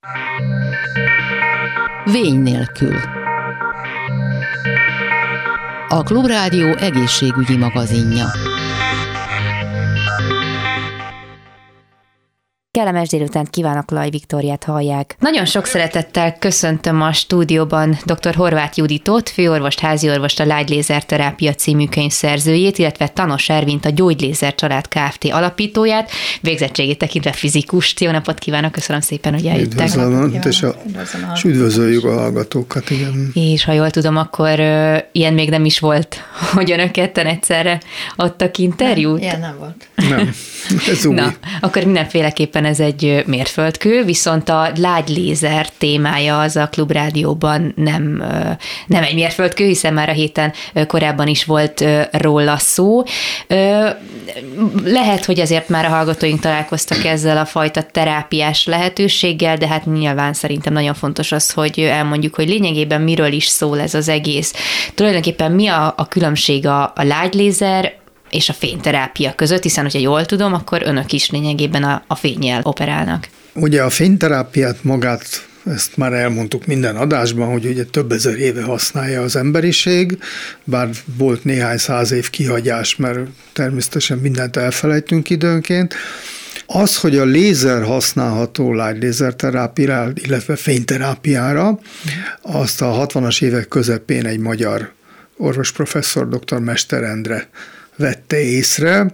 Vény nélkül. A Klubrádió egészségügyi magazinja. Kellemes délutánt kívánok, Laj Viktóriát hallják. Nagyon sok szeretettel köszöntöm a stúdióban dr. Horváth Juditot, főorvost, háziorvost, a Light Laser Terápia című könyv szerzőjét, illetve Tanos Ervint, a Gyógylézer Család Kft. Alapítóját, végzettségét tekintve fizikust. Jó napot kívánok, köszönöm szépen, hogy eljöttek. És üdvözöljük a hallgatókat, igen. És ha jól tudom, akkor ilyen még nem is volt, hogy önök ketten egyszerre adtak interjút? Ilyen nem volt. Nem, ez új. Na, akkor mindenféleképpen ez egy mérföldkő, viszont a lágylézer témája az a Klubrádióban nem egy mérföldkő, hiszen már a héten korábban is volt róla szó. Lehet, hogy azért már a hallgatóink találkoztak ezzel a fajta terápiás lehetőséggel, de hát nyilván szerintem nagyon fontos az, hogy elmondjuk, hogy lényegében miről is szól ez az egész. Tulajdonképpen mi a különbség a lágylézer és a fényterápia között, hiszen, hogyha jól tudom, akkor önök is lényegében a fénnyel operálnak. Ugye a fényterápiát magát, ezt már elmondtuk minden adásban, hogy ugye több ezer éve használja az emberiség, bár volt néhány száz év kihagyás, mert természetesen mindent elfelejtünk időnként. Az, hogy a lézer használható light laser terápiára, illetve fényterápiára, azt a 60-as évek közepén egy magyar orvosprofesszor, dr. Mester Endre vette észre,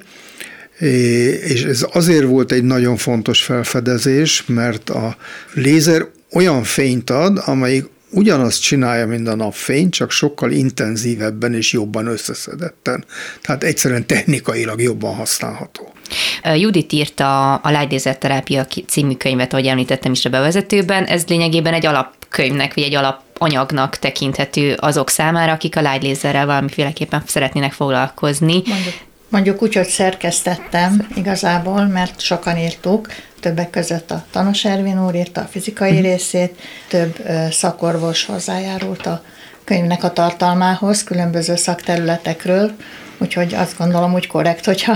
és ez azért volt egy nagyon fontos felfedezés, mert a lézer olyan fényt ad, amelyik ugyanazt csinálja, mint a napfény, csak sokkal intenzívebben és jobban összeszedetten. Tehát egyszerűen technikailag jobban használható. Judit írta a Light Laser Terápia című könyvet, ahogy említettem is a bevezetőben. Ez lényegében egy alapkönyvnek, vagy egy alapanyagnak tekinthető azok számára, akik a light laserrel valamiféleképpen szeretnének foglalkozni. Mondjuk úgy, hogy szerkesztettem igazából, mert sokan írtuk, többek között a Tanos Ervin úr írta a fizikai részét, több szakorvos hozzájárult a könyvnek a tartalmához, különböző szakterületekről, úgyhogy azt gondolom úgy korrekt, hogyha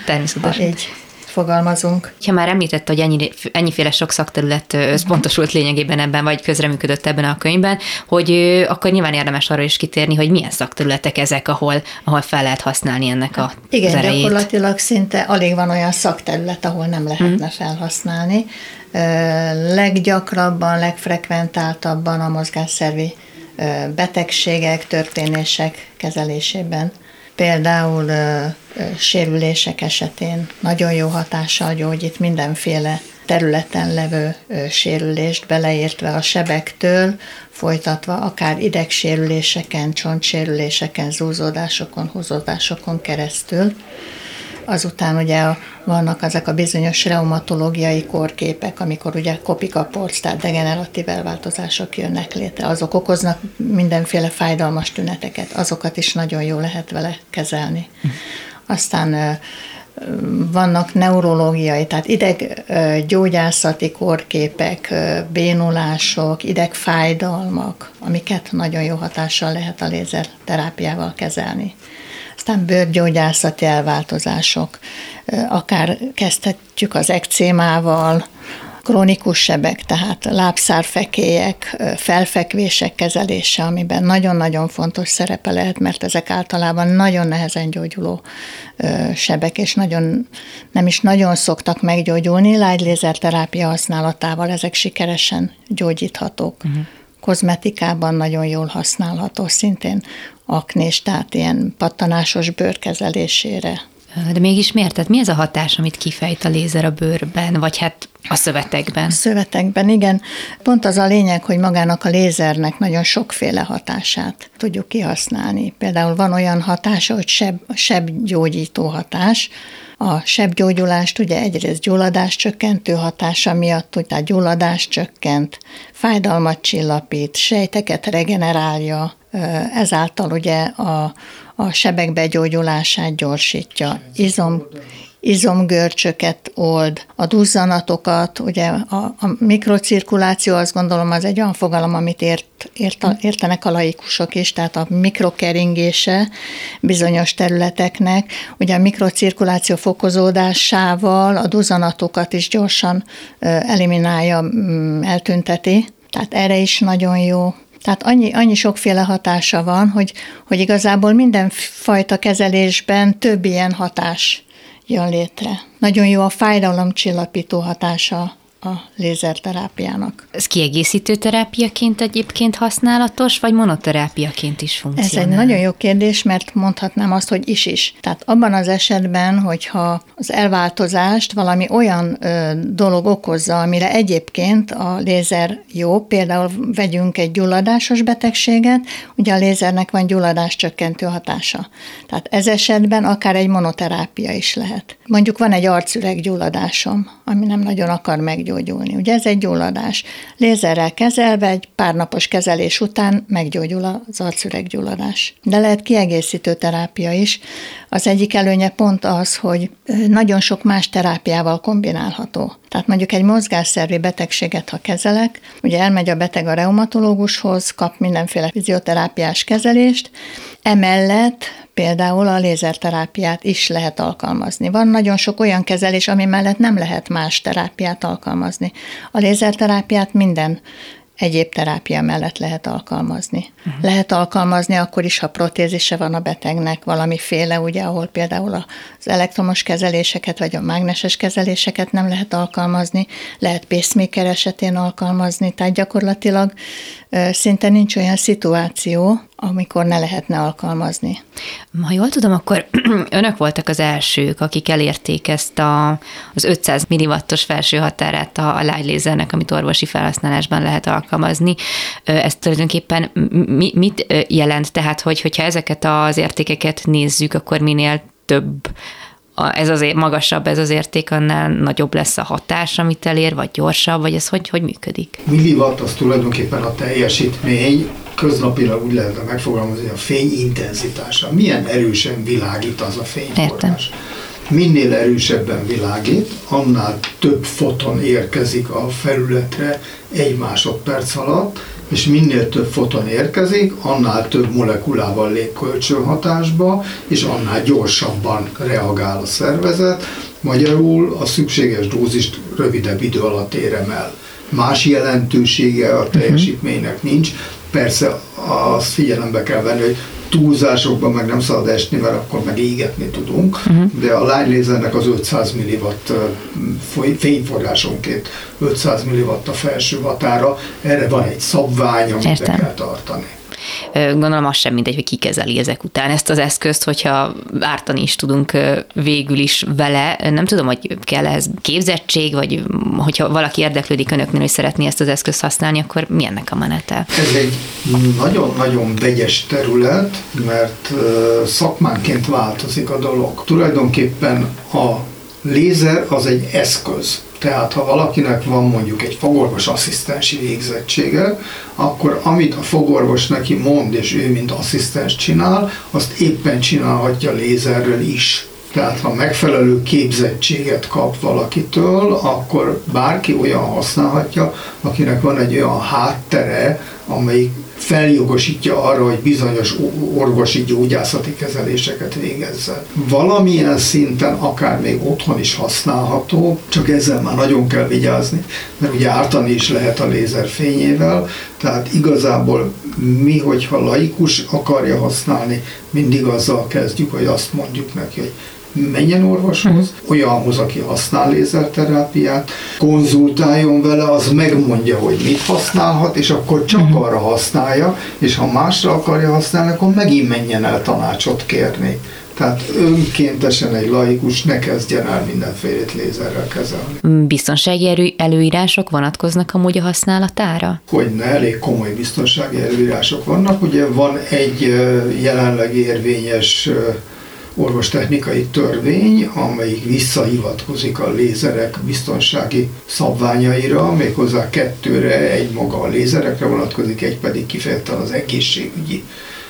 így fogalmazunk. Ha már említette, hogy ennyiféle sok szakterület összpontosult lényegében ebben, vagy közreműködött ebben a könyvben, hogy akkor nyilván érdemes arra is kitérni, hogy milyen szakterületek ezek, ahol fel lehet használni ennek a Igen, erejét. gyakorlatilag szinte alig van olyan szakterület, ahol nem lehetne felhasználni. Leggyakrabban, legfrekventáltabban a mozgásszervi betegségek, történések kezelésében. Például sérülések esetén nagyon jó hatással gyógyít mindenféle területen levő sérülést, beleértve a sebektől, folytatva akár idegsérüléseken, csontsérüléseken, zúzódásokon, húzódásokon keresztül. Azután ugye vannak ezek a bizonyos reumatológiai kórképek, amikor ugye kopikaporc, tehát degeneratív elváltozások jönnek létre. Azok okoznak mindenféle fájdalmas tüneteket, azokat is nagyon jól lehet vele kezelni. Aztán vannak neurológiai, tehát ideggyógyászati kórképek, bénulások, idegfájdalmak, amiket nagyon jó hatással lehet a lézerterápiával kezelni. Aztán bőrgyógyászati elváltozások, akár kezdhetjük az ekcémával, krónikus sebek, tehát lábszárfekélyek, felfekvések kezelése, amiben nagyon-nagyon fontos szerepe lehet, mert ezek általában nagyon nehezen gyógyuló sebek, és nem is nagyon szoktak meggyógyulni. Light laser terápia használatával ezek sikeresen gyógyíthatók. Kozmetikában nagyon jól használható, szintén aknés, tehát ilyen pattanásos bőr kezelésére. De mégis miért? Tehát mi ez a hatás, amit kifejt a lézer a bőrben, vagy hát a szövetekben? A szövetekben, igen. Pont az a lényeg, hogy magának a lézernek nagyon sokféle hatását tudjuk kihasználni. Például van olyan hatása, hogy sebgyógyító hatás. A sebgyógyulást ugye egyrészt gyulladás csökkentő hatása miatt, tehát gyulladás csökkent, fájdalmat csillapít, sejteket regenerálja, ezáltal ugye a sebek begyógyulását gyorsítja, izomgörcsöket old, a duzzanatokat, ugye a mikrocirkuláció, azt gondolom, az egy olyan fogalom, amit értenek a laikusok is, tehát a mikrokeringése bizonyos területeknek, ugye a mikrocirkuláció fokozódásával a duzzanatokat is gyorsan eliminálja, eltünteti, tehát erre is nagyon jó. Tehát annyi sokféle hatása van, hogy igazából mindenfajta kezelésben több ilyen hatás jön létre. Nagyon jó a fájdalomcsillapító hatása a lézerterápiának. Ez kiegészítő terápiaként egyébként használatos, vagy monoterápiaként is funkcionál? Ez egy nagyon jó kérdés, mert mondhatnám azt, hogy is. Tehát abban az esetben, hogyha az elváltozást valami olyan dolog okozza, amire egyébként a lézer jó, például vegyünk egy gyulladásos betegséget, ugye a lézernek van gyulladáscsökkentő hatása. Tehát ez esetben akár egy monoterápia is lehet. Mondjuk van egy arcüreg-gyulladásom, ami nem nagyon akar meggyógyulni. Ugye ez egy gyulladás. Lézerrel kezelve egy pár napos kezelés után meggyógyul az arcüreg-gyulladás. De lehet kiegészítő terápia is. Az egyik előnye pont az, hogy nagyon sok más terápiával kombinálható. Tehát mondjuk egy mozgásszervi betegséget, ha kezelek, ugye elmegy a beteg a reumatológushoz, kap mindenféle fizioterápiás kezelést, emellett például a lézerterápiát is lehet alkalmazni. Van nagyon sok olyan kezelés, ami mellett nem lehet más terápiát alkalmazni. A lézerterápiát minden egyéb terápia mellett lehet alkalmazni. Lehet alkalmazni akkor is, ha protézise van a betegnek, valamiféle, ugye, ahol például az elektromos kezeléseket, vagy a mágneses kezeléseket nem lehet alkalmazni, lehet pacemaker esetén alkalmazni, tehát gyakorlatilag szinte nincs olyan szituáció, amikor ne lehetne alkalmazni. Ha jól tudom, akkor önök voltak az elsők, akik elérték ezt az 500 milliwattos felső határát a light lézernek, amit orvosi felhasználásban lehet alkalmazni. Ez tulajdonképpen mit jelent? Tehát, hogyha ezeket az értékeket nézzük, akkor minél több ez azért magasabb ez az érték, annál nagyobb lesz a hatás, amit elér, vagy gyorsabb, vagy ez hogy működik? Milliwatt az tulajdonképpen a teljesítmény, köznapilag úgy lehetne megfogalmazni, a fény intenzitása. Milyen erősen világít az a fényforrás? Értem. Minél erősebben világít, annál több foton érkezik a felületre egy másodperc alatt, és minél több foton érkezik, annál több molekulával lép kölcsönhatásba, és annál gyorsabban reagál a szervezet, magyarul a szükséges dózist rövidebb idő alatt érem el. Más jelentősége a teljesítménynek nincs, persze azt figyelembe kell venni, hogy túlzásokban meg nem szabad esni, mert akkor meg égetni tudunk, de a light lézernek az 500 milliwatt fényforrásonként 500 milliwatt a felső határa, erre van egy szabvány, amit be kell tartani. Gondolom az sem mindegy, hogy ki kezeli ezek után ezt az eszközt, hogyha ártani is tudunk végül is vele. Nem tudom, hogy kell ez képzettség, vagy hogyha valaki érdeklődik önöknél, hogy szeretné ezt az eszközt használni, akkor mi ennek a menete? Ez egy nagyon-nagyon vegyes terület, mert szakmánként változik a dolog. Tulajdonképpen a lézer az egy eszköz. Tehát ha valakinek van mondjuk egy fogorvos asszisztensi végzettsége, akkor amit a fogorvos neki mond, és ő mint asszisztens csinál, azt éppen csinálhatja lézerrel is. Tehát ha megfelelő képzettséget kap valakitől, akkor bárki olyan használhatja, akinek van egy olyan háttere, amelyik feljogosítja arra, hogy bizonyos orvosi gyógyászati kezeléseket végezzen. Valamilyen szinten akár még otthon is használható, csak ezzel már nagyon kell vigyázni, mert ugye ártani is lehet a lézerfényével, tehát igazából mi, hogyha laikus akarja használni, mindig azzal kezdjük, hogy azt mondjuk neki, hogy menjen orvoshoz, olyanhoz, aki használ lézerterápiát, konzultáljon vele, az megmondja, hogy mit használhat, és akkor csak arra használja, és ha másra akarja használni, akkor megint menjen el tanácsot kérni. Tehát önkéntesen egy laikus ne kezdjen el mindenfélét lézerrel kezelni. Biztonsági előírások vonatkoznak amúgy a használatára? Hogyne, elég komoly biztonsági előírások vannak. Ugye van egy jelenleg érvényes orvostechnikai törvény, amelyik visszahivatkozik a lézerek biztonsági szabványaira, méghozzá 2-re, egy maga a lézerekre vonatkozik, egy pedig kifejezetten az egészségügyi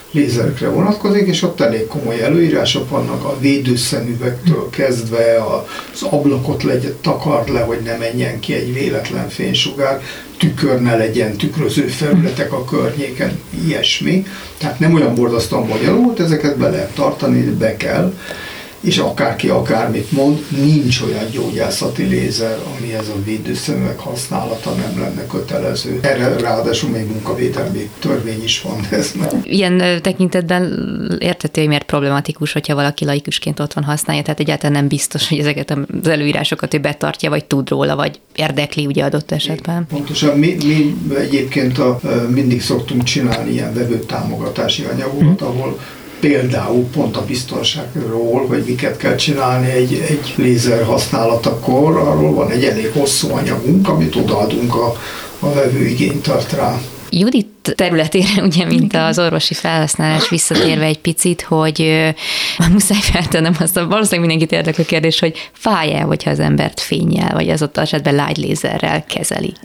lézerekre vonatkozik, és ott elég komoly előírások vannak, a védőszemüvegtől kezdve az ablakot takard le, hogy ne menjen ki egy véletlen fénysugár, tükör ne legyen, tükröző felületek a környéken, ilyesmi. Tehát nem olyan borzasztóan bonyolult, ezeket be lehet tartani, be kell, és akárki akármit mond, nincs olyan gyógyászati lézer, amihez a védőszemüveg használata nem lenne kötelező. Erre ráadásul még munkavédelmi törvény is van, de ez nem. Ilyen tekintetben érthető, hogy miért problematikus, hogyha valaki laikusként otthon használja, tehát egyáltalán nem biztos, hogy ezeket az előírásokat ő betartja, vagy tud róla, vagy érdekli ugye adott esetben. Pontosan, mi egyébként mindig szoktunk csinálni ilyen vevőtámogatási anyagokat, ahol például pont a biztonságról, hogy miket kell csinálni egy lézer használatakor, arról van egy elég hosszú anyagunk, amit odaadunk, a vevő igényt tart rá. Judit területére, ugye, mint az orvosi felhasználás, visszatérve egy picit, hogy muszáj feltennem azt, valószínűleg mindenkit érdeklő kérdés, hogy fáj-e, hogyha az embert fénnyel, vagy az ott esetben lágy lézerrel kezelik?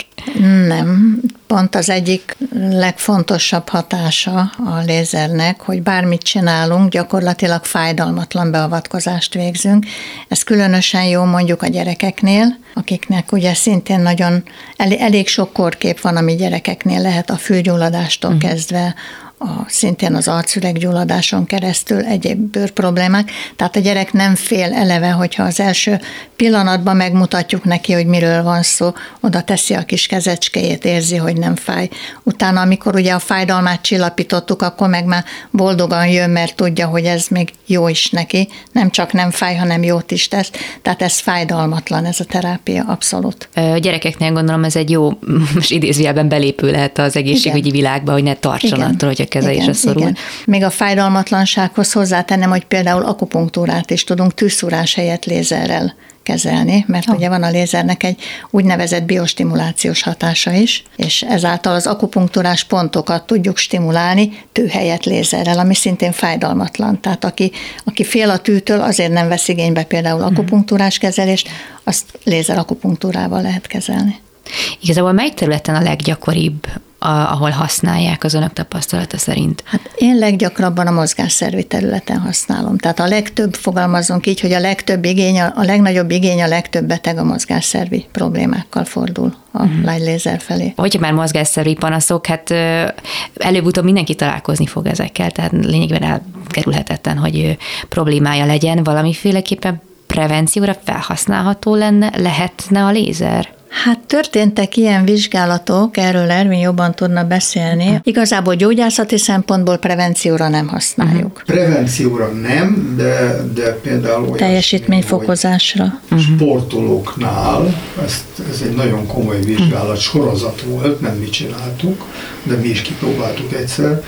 Nem. Pont az egyik legfontosabb hatása a lézernek, hogy bármit csinálunk, gyakorlatilag fájdalmatlan beavatkozást végzünk. Ez különösen jó mondjuk a gyerekeknél, akiknek ugye szintén nagyon elég sok kórkép van, ami gyerekeknél lehet a fülgyulladástól kezdve, szintén az arcüreggyulladáson keresztül egyéb bőrproblémák. Tehát a gyerek nem fél eleve, hogyha az első pillanatban megmutatjuk neki, hogy miről van szó, oda teszi a kis kezecskéjét, érzi, hogy nem fáj. Utána, amikor ugye a fájdalmát csillapítottuk, akkor meg már boldogan jön, mert tudja, hogy ez még jó is neki. Nem csak nem fáj, hanem jót is tesz. Tehát ez fájdalmatlan, ez a terápia, abszolút. Gyerekeknél gondolom ez egy jó, most idézőjelben belépő lehet az egészségügyi világba, hogy ne tartson attól, hogy kezelésre szorul. Igen. Még a fájdalmatlansághoz hozzátennem, hogy például akupunktúrát is tudunk tűzszúrás helyett lézerrel kezelni, mert ugye van a lézernek egy úgynevezett biostimulációs hatása is, és ezáltal az akupunktúrás pontokat tudjuk stimulálni tű helyett lézerrel, ami szintén fájdalmatlan. Tehát aki fél a tűtől, azért nem vesz igénybe például akupunktúrás kezelést, azt lézer akupunktúrával lehet kezelni. Igazából mely területen a leggyakoribb, ahol használják az önök tapasztalata szerint? Hát én leggyakrabban a mozgásszervi területen használom. Tehát a legtöbb, fogalmazunk így, hogy a legnagyobb igény, a legtöbb beteg a mozgásszervi problémákkal fordul a lágy lézer felé. Hogyha már mozgásszervi panaszok, hát előbb-utóbb mindenki találkozni fog ezekkel, tehát lényegében elkerülhetetlen, hogy problémája legyen. Valamiféleképpen prevencióra felhasználható lehetne a lézer? Hát történtek ilyen vizsgálatok, erről Ervin jobban tudna beszélni. Igazából gyógyászati szempontból prevencióra nem használjuk. Prevencióra nem, de például olyan teljesítményfokozásra. Sportolóknál, ez egy nagyon komoly vizsgálat, sorozat volt, nem mi csináltuk, de mi is kipróbáltuk egyszer,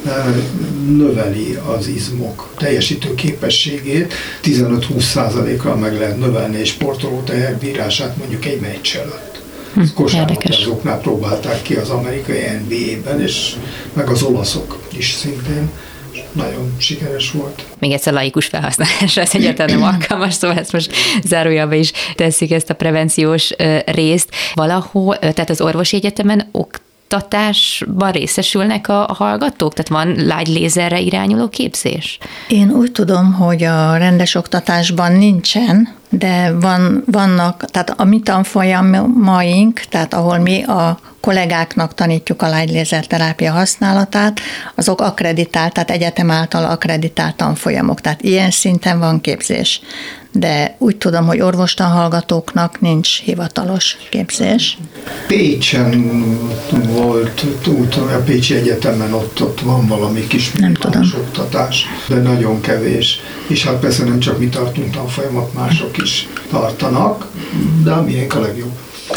növeli az izmok teljesítő képességét, 15-20%-kal meg lehet növelni egy sportoló teherbírását mondjuk egy meccs előtt. Kosárlabdázóknál próbálták ki az amerikai NBA-ben, és meg az olaszok is szintén. Nagyon sikeres volt. Még egyszer laikus felhasználásra, ez egyáltalán nem alkalmas, szóval ezt most zárójelbe is tesszük ezt a prevenciós részt. Valahol, tehát az orvosi egyetemen oktatásban részesülnek a hallgatók? Tehát van lágy lézerre irányuló képzés? Én úgy tudom, hogy a rendes oktatásban nincsen, de vannak, tehát a mi tanfolyamaink, tehát ahol mi a kollégáknak tanítjuk a lágy lézerterápia használatát, azok akkreditált, tehát egyetem által akkreditált tanfolyamok, tehát ilyen szinten van képzés. De úgy tudom, hogy orvostanhallgatóknak nincs hivatalos képzés. Pécsen volt, a Pécsi Egyetemen ott van valami kis oktatás, de nagyon kevés. És hát persze nem csak mi tartunk tanfolyamot, mások is tartanak, de a miénk a legjobb.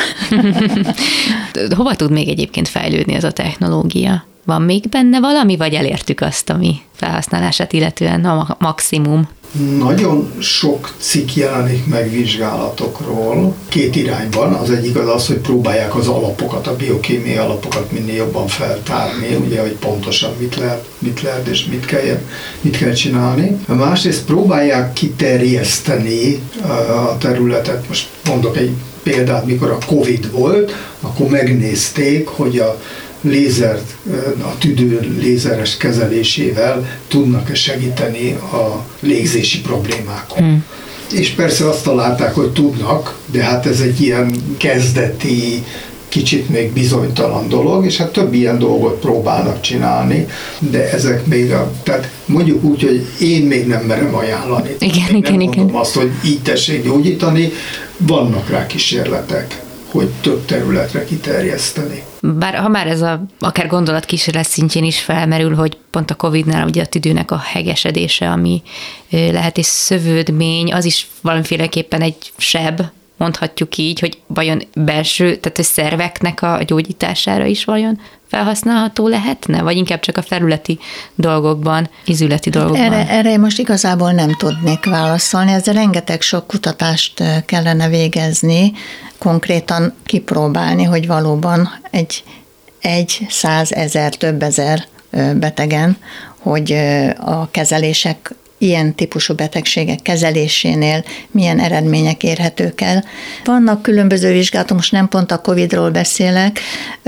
Hova tud még egyébként fejlődni ez a technológia? Van még benne valami, vagy elértük azt, ami felhasználását illetően a maximum? Nagyon sok cikk jelenik meg vizsgálatokról, két irányban. Az egyik az, hogy próbálják az alapokat, a biokémiai alapokat minél jobban feltárni, ugye, hogy pontosan mit lehet és mit kell csinálni. A másrészt próbálják kiterjeszteni a területet. Most mondok egy példát, mikor a Covid volt, akkor megnézték, hogy lézert, a tüdő lézeres kezelésével tudnak-e segíteni a légzési problémákon. És persze azt találták, hogy tudnak, de hát ez egy ilyen kezdeti, kicsit még bizonytalan dolog, és hát több ilyen dolgot próbálnak csinálni, de ezek még, tehát mondjuk úgy, hogy én még nem merem ajánlani. Igen. Mondom azt, hogy így tessék gyógyítani, vannak rá kísérletek, hogy több területre kiterjeszteni. Bár ha már ez akár gondolatkísérlet szintjén is felmerül, hogy pont a Covid-nál ugye a tüdőnek a hegesedése, ami lehet egy szövődmény, az is valamiféleképpen egy seb, mondhatjuk így, hogy vajon belső, tehát a szerveknek a gyógyítására is vajon felhasználható lehetne, vagy inkább csak a felületi dolgokban, ízületi dolgokban? Erre most igazából nem tudnék válaszolni, ezzel rengeteg sok kutatást kellene végezni, konkrétan kipróbálni, hogy valóban egy 100 000, több ezer betegen, hogy a kezelések ilyen típusú betegségek kezelésénél milyen eredmények érhetők el. Vannak különböző vizsgálatok, most nem pont a Covid-ról beszélek,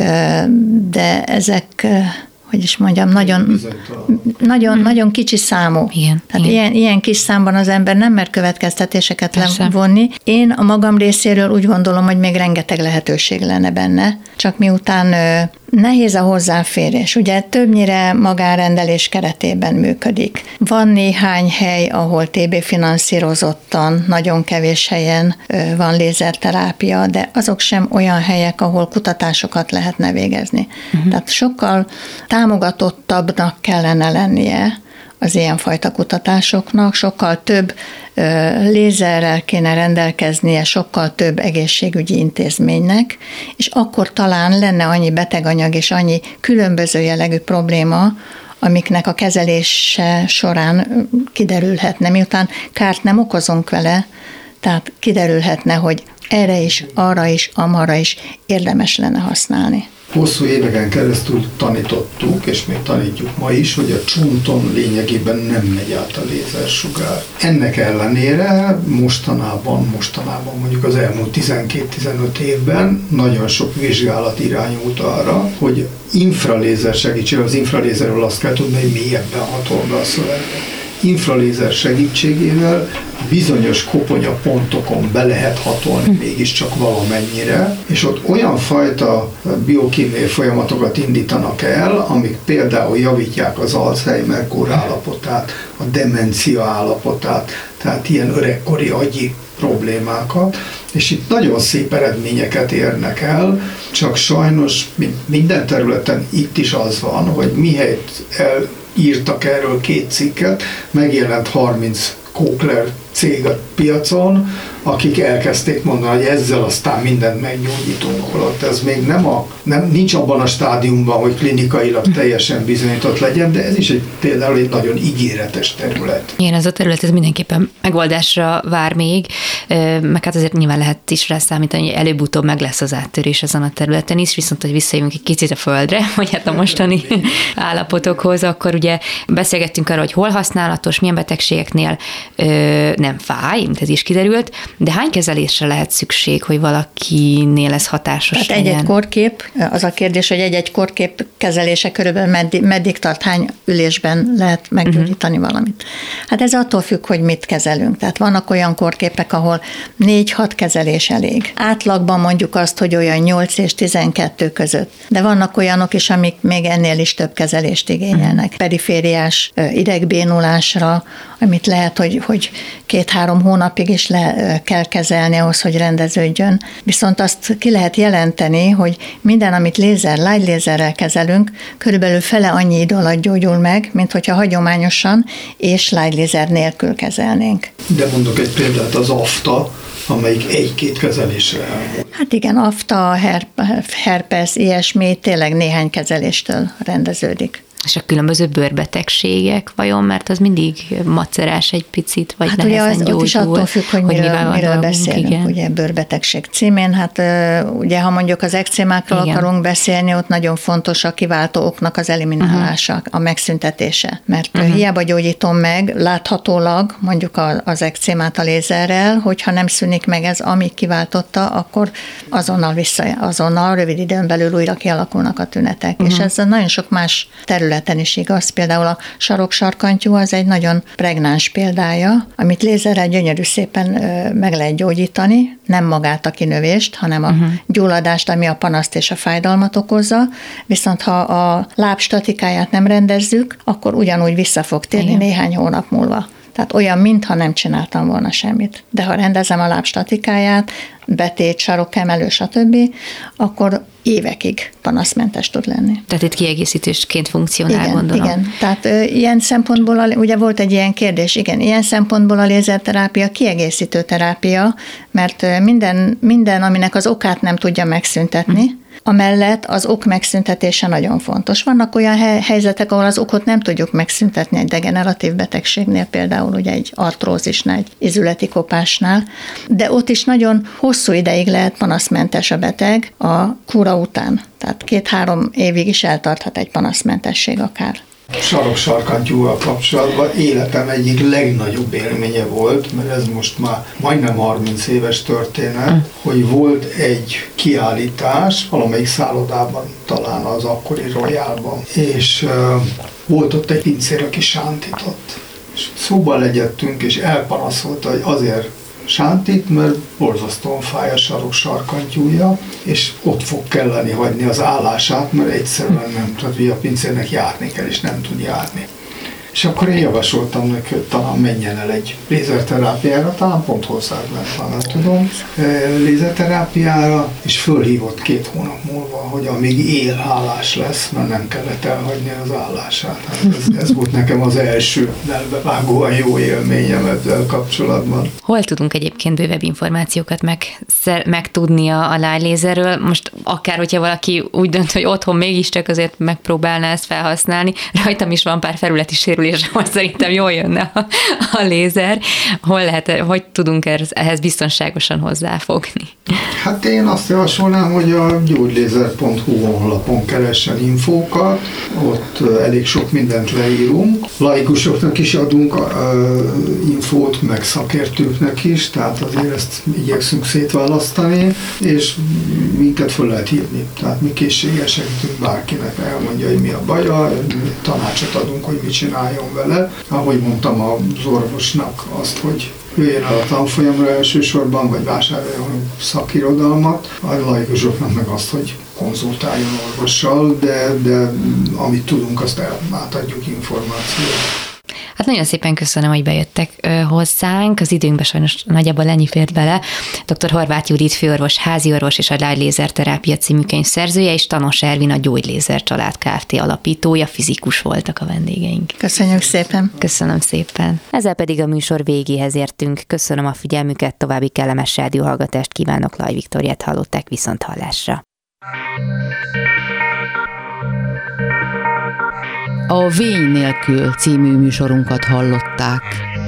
de ezek, hogy is mondjam, nagyon kicsi számú. Igen, tehát igen. Ilyen kis számban az ember nem mer következtetéseket levonni. Én a magam részéről úgy gondolom, hogy még rengeteg lehetőség lenne benne, csak miután nehéz a hozzáférés. Ugye többnyire magánrendelés keretében működik. Van néhány hely, ahol TB finanszírozottan, nagyon kevés helyen van lézerterápia, de azok sem olyan helyek, ahol kutatásokat lehetne végezni. Tehát sokkal támogatottabbnak kellene lennie az ilyenfajta kutatásoknak, sokkal több lézerrel kéne rendelkeznie, sokkal több egészségügyi intézménynek, és akkor talán lenne annyi beteganyag és annyi különböző jellegű probléma, amiknek a kezelése során kiderülhetne, miután kárt nem okozunk vele, tehát kiderülhetne, hogy erre is, arra is, amarra is érdemes lenne használni. Hosszú éveken keresztül tanítottuk, és még tanítjuk ma is, hogy a csonton lényegében nem megy át a lézersugár. Ennek ellenére mostanában mondjuk az elmúlt 12-15 évben nagyon sok vizsgálat irányult arra, hogy infralézer segítségével, az infralézerről azt kell tudni, hogy mélyebben hatol be a szövegbe. Infralézer segítségével bizonyos koponyapontokon be lehet hatolni mégiscsak valamennyire, és ott olyan fajta biokémiai folyamatokat indítanak el, amik például javítják az Alzheimer-kór állapotát, a demencia állapotát, tehát ilyen öregkori agyi problémákat, és itt nagyon szép eredményeket érnek el, csak sajnos minden területen itt is az van, hogy mihelyt írtak erről 2 cikket, megjelent 30 Kókler cég a piacon, akik elkezdték mondani, hogy ezzel aztán mindent meggyógyítunk, holott ez még nincs abban a stádiumban, hogy klinikailag teljesen bizonyított legyen, de ez is például egy nagyon ígéretes terület. Igen, ez a terület ez mindenképpen megoldásra vár még, meg hát azért nyilván lehet is rá számítani, hogy előbb-utóbb meg lesz az áttörés ezen a területen is, viszont hogy visszajövünk egy kicsit a földre, vagy hát a mostani állapotokhoz, akkor ugye beszélgettünk arról, hogy hol használatos, milyen betegségeknél nem fáj, mint ez is kiderült, de hány kezelésre lehet szükség, hogy valakinél ez hatásos legyen? Egy-egy kórkép, az a kérdés, hogy egy-egy kórkép kezelése körülbelül meddig tart, hány ülésben lehet meggyógyítani valamit. Hát ez attól függ, hogy mit kezelünk. Tehát vannak olyan kórképek, ahol 4-6 kezelés elég. Átlagban mondjuk azt, hogy olyan 8 és 12 között. De vannak olyanok is, amik még ennél is több kezelést igényelnek. Perifériás idegbénulásra, amit lehet, hogy 2-3 hónapig is kell kezelni ahhoz, hogy rendeződjön. Viszont azt ki lehet jelenteni, hogy minden, amit light lézerrel kezelünk, körülbelül fele annyi idő alatt gyógyul meg, mint hogyha hagyományosan és light lézer nélkül kezelnénk. De mondok egy példát, az afta, amelyik 1-2 kezelésre elmúlt. Hát igen, afta, herpes, ilyesmi tényleg néhány kezeléstől rendeződik. És a különböző bőrbetegségek vajon, mert az mindig macerás egy picit, vagy hát nehezen ugye gyógyul. Ott is attól függ, hogy miről beszélünk, igen. Ugye bőrbetegség címén, hát ugye ha mondjuk az ekcémákról akarunk beszélni, ott nagyon fontos a kiváltó oknak az eliminálása, a megszüntetése, mert hiába gyógyítom meg láthatólag mondjuk az ekcémát a lézerrel, hogyha nem szűnik meg ez, ami kiváltotta, akkor azonnal rövid időn belül újra kialakulnak a tünetek. És ez nagyon sok más területen is igaz. Például a saroksarkantyú az egy nagyon pregnáns példája, amit lézerrel gyönyörű szépen meg lehet gyógyítani, nem magát a kinövést, hanem a gyulladást, ami a panaszt és a fájdalmat okozza, viszont ha a láb statikáját nem rendezzük, akkor ugyanúgy vissza fog térni néhány hónap múlva. Tehát olyan, mintha nem csináltam volna semmit. De ha rendezem a láb statikáját, betét, sarokkemelő, stb., akkor évekig panaszmentes tud lenni. Tehát itt kiegészítésként funkcionál, gondolom. Igen, tehát ilyen szempontból, ugye volt egy ilyen kérdés, igen, ilyen szempontból a lézerterápia kiegészítő terápia, mert minden, aminek az okát nem tudja megszüntetni, amellett az ok megszüntetése nagyon fontos. Vannak olyan helyzetek, ahol az okot nem tudjuk megszüntetni egy degeneratív betegségnél, például ugye egy artrózisnál, egy izületi kopásnál, de ott is nagyon hosszú ideig lehet panaszmentes a beteg a kúra után. Tehát 2-3 évig is eltarthat egy panaszmentesség akár. Saroksarkantyúval kapcsolatban életem egyik legnagyobb élménye volt, mert ez most már majdnem 30 éves történet, hogy volt egy kiállítás valamelyik szállodában, talán az akkori Royalban, és volt ott egy pincér, aki sántított. És szóba legyettünk, és elpanaszolta, hogy azért sántít, mert borzasztóan fáj a saroksarkantyúja, és ott fog kelleni hagyni az állását, mert egyszerűen nem, tehát ugye a pincérnek járni kell, és nem tud járni. És akkor én javasoltam neki, hogy talán menjen el egy lézerterápiára, talán pont hozzád lett, nem tudom, lézerterápiára, és fölhívott 2 hónap múlva, hogy amíg él, hálás lesz, mert nem kellett elhagyni az állását. Hát ez volt nekem az első belbevágóan jó élményem ezzel kapcsolatban. Hol tudunk egyébként bővebb információkat megtudni a lágylézerről? Most akár, hogyha valaki úgy dönt, hogy otthon mégiscsak azért megpróbálná ezt felhasználni, rajtam is van pár felületi sérülés, ahol szerintem jól jönne a lézer. Hogy tudunk ehhez biztonságosan hozzáfogni? Hát én azt javasolnám, hogy a gyógylézer.hu honlapon keressen infókat, ott elég sok mindent leírunk. Laikusoknak is adunk infót, meg szakértőknek is, tehát azért ezt igyekszünk szétválasztani, és minket föl lehet hívni. Tehát mi készségesek, bárkinek elmondja, hogy mi a baja, tanácsot adunk, hogy mit csináljon vele. Ahogy mondtam az orvosnak azt, hogy jöjjön el a tanfolyamra elsősorban, vagy vásároljon szakirodalmat, a laikusoknak meg azt, hogy konzultáljon orvossal, de amit tudunk, azt átadjuk információt. Hát nagyon szépen köszönöm, hogy bejöttek hozzánk. Az időnkben sajnos nagyjából ennyi fért bele. Dr. Horváth Judit főorvos, háziorvos és a lágylézerterápia című könyv szerzője, és Tanos Ervin, a Gyógylézer Család Kft. Alapítója, fizikus voltak a vendégeink. Köszönjük szépen. Köszönöm szépen. Ezzel pedig a műsor végéhez értünk. Köszönöm a figyelmüket, további kellemes rádióhallgatást kívánok. Laj Viktóriát hallották, viszont hallásra. A Vény nélkül című műsorunkat hallották.